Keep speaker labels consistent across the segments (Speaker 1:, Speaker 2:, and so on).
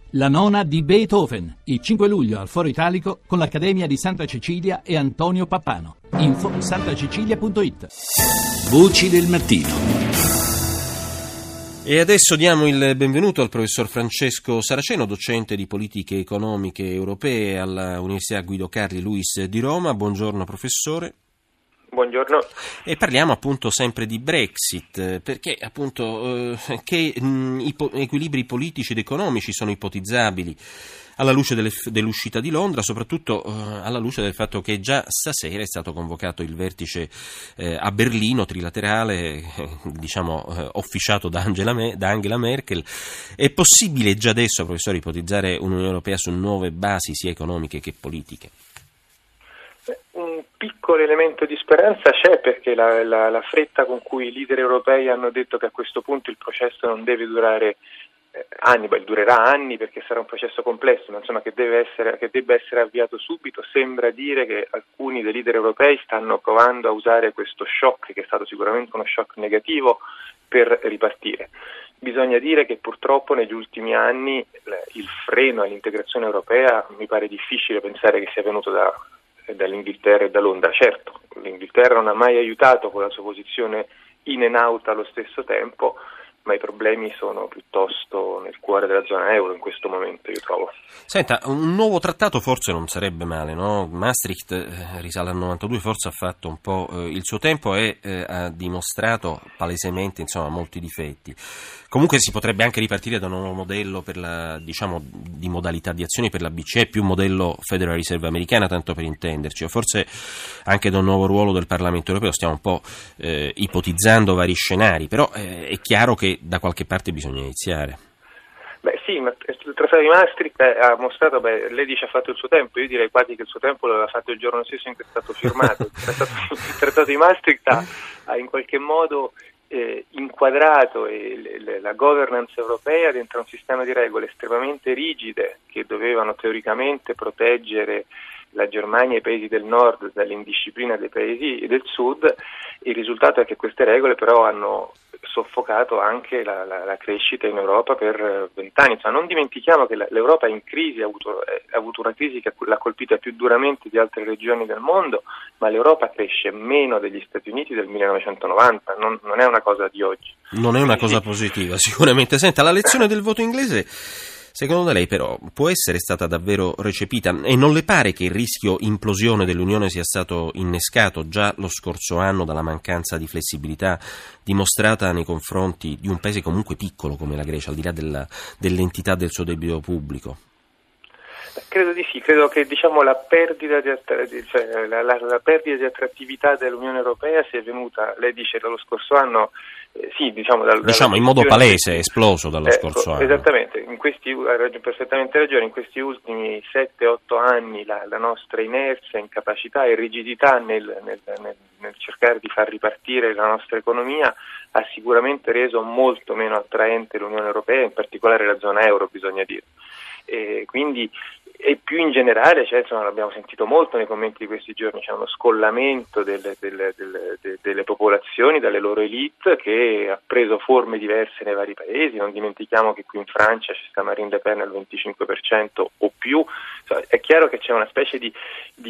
Speaker 1: La nona di Beethoven, il 5 luglio al Foro Italico con l'Accademia di Santa Cecilia e Antonio Pappano. Info santacecilia.it.
Speaker 2: Voci del mattino.
Speaker 3: E adesso diamo il benvenuto al professor Francesco Saraceno, docente di politiche economiche europee alla Università Guido Carli Luis di Roma. Buongiorno professore.
Speaker 4: Buongiorno.
Speaker 3: E parliamo appunto sempre di Brexit, perché appunto che equilibri politici ed economici sono ipotizzabili alla luce dell'uscita di Londra, soprattutto alla luce del fatto che già stasera è stato convocato il vertice a Berlino trilaterale, officiato da Angela Merkel. È possibile già adesso, professore, ipotizzare un'Unione Europea su nuove basi sia economiche che politiche?
Speaker 4: Un piccolo elemento di speranza c'è, perché la fretta con cui i leader europei hanno detto che a questo punto il processo non deve durare anni, durerà anni perché sarà un processo complesso, ma insomma che debba essere avviato subito, sembra dire che alcuni dei leader europei stanno provando a usare questo shock, che è stato sicuramente uno shock negativo, per ripartire. Bisogna dire che purtroppo negli ultimi anni il freno all'integrazione europea mi pare difficile pensare che sia venuto dall'Inghilterra e da Londra. Certo, l'Inghilterra non ha mai aiutato con la sua posizione in and out allo stesso tempo, ma i problemi sono piuttosto nel cuore della zona euro in questo momento, io trovo.
Speaker 3: Senta, un nuovo trattato forse non sarebbe male, no? Maastricht risale al 92, forse ha fatto un po' il suo tempo e ha dimostrato palesemente molti difetti. Comunque si potrebbe anche ripartire da un nuovo modello di modalità di azioni per la BCE, più modello Federal Reserve americana, tanto per intenderci, o forse anche da un nuovo ruolo del Parlamento europeo. Stiamo un po' ipotizzando vari scenari, però è chiaro che da qualche parte bisogna iniziare.
Speaker 4: Beh sì, ma il trattato di Maastricht ha mostrato, lei dice ha fatto il suo tempo, io direi quasi che il suo tempo l'aveva fatto il giorno stesso in cui è stato firmato. Il trattato di Maastricht ha in qualche modo inquadrato la governance europea dentro un sistema di regole estremamente rigide che dovevano teoricamente proteggere la Germania e i paesi del nord dall'indisciplina dei paesi del sud. Il risultato è che queste regole però hanno soffocato anche la crescita in Europa per 20 anni. Non dimentichiamo che l'Europa è in crisi, ha avuto una crisi che l'ha colpita più duramente di altre regioni del mondo, ma l'Europa cresce meno degli Stati Uniti del 1990, non è una cosa di oggi.
Speaker 3: Non è una cosa positiva, sicuramente. Senta, la lezione del voto inglese, secondo lei però, può essere stata davvero recepita, e non le pare che il rischio implosione dell'Unione sia stato innescato già lo scorso anno dalla mancanza di flessibilità dimostrata nei confronti di un paese comunque piccolo come la Grecia, al di là dell'entità del suo debito pubblico?
Speaker 4: Credo di sì, credo che la perdita di attrattività dell'Unione Europea sia venuta, lei dice dallo scorso anno,
Speaker 3: in modo palese, è esploso dallo scorso anno.
Speaker 4: Esattamente, ha perfettamente ragione, in questi ultimi 7-8 anni la nostra inerzia, incapacità e rigidità nel cercare di far ripartire la nostra economia ha sicuramente reso molto meno attraente l'Unione Europea, in particolare la zona euro, bisogna dire. E più in generale, l'abbiamo sentito molto nei commenti di questi giorni, c'è uno scollamento delle popolazioni dalle loro elite che ha preso forme diverse nei vari paesi. Non dimentichiamo che qui in Francia c'è sta Marine Le Pen al 25% o più. È chiaro che c'è una specie di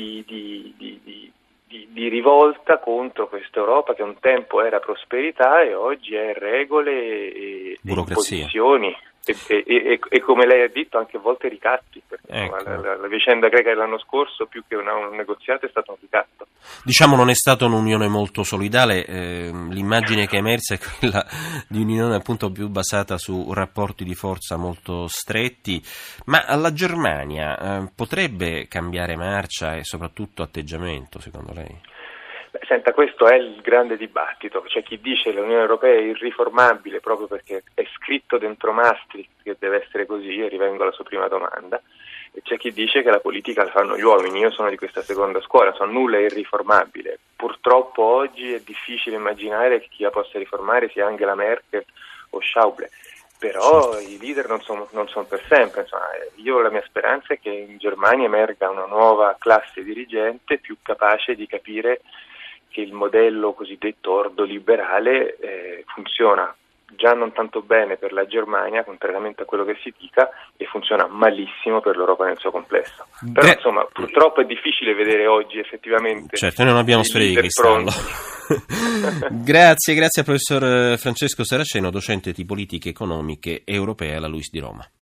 Speaker 4: rivolta contro questa Europa che un tempo era prosperità e oggi è regole e imposizioni. E come lei ha detto anche a volte ricatti, perché la vicenda greca dell'anno scorso più che un negoziato è stato un ricatto.
Speaker 3: Non è stata un'unione molto solidale, l'immagine che è emersa è quella di un'unione appunto più basata su rapporti di forza molto stretti, ma la Germania potrebbe cambiare marcia e soprattutto atteggiamento, secondo lei?
Speaker 4: Senta, questo è il grande dibattito. C'è chi dice che l'Unione Europea è irriformabile proprio perché è scritto dentro Maastricht che deve essere così, e rivengo alla sua prima domanda, e c'è chi dice che la politica la fanno gli uomini. Io sono di questa seconda scuola, nulla è irriformabile. Purtroppo oggi è difficile immaginare che chi la possa riformare sia Angela Merkel o Schäuble. Però i leader non sono per sempre. Io la mia speranza è che in Germania emerga una nuova classe dirigente più capace di capire che il modello cosiddetto ordoliberale funziona già non tanto bene per la Germania, contrariamente a quello che si dica, e funziona malissimo per l'Europa nel suo complesso. Però insomma, purtroppo è difficile vedere oggi effettivamente.
Speaker 3: Certo, noi non abbiamo sfere di cristallo. Grazie al professor Francesco Saraceno, docente di politiche economiche europee alla LUISS di Roma.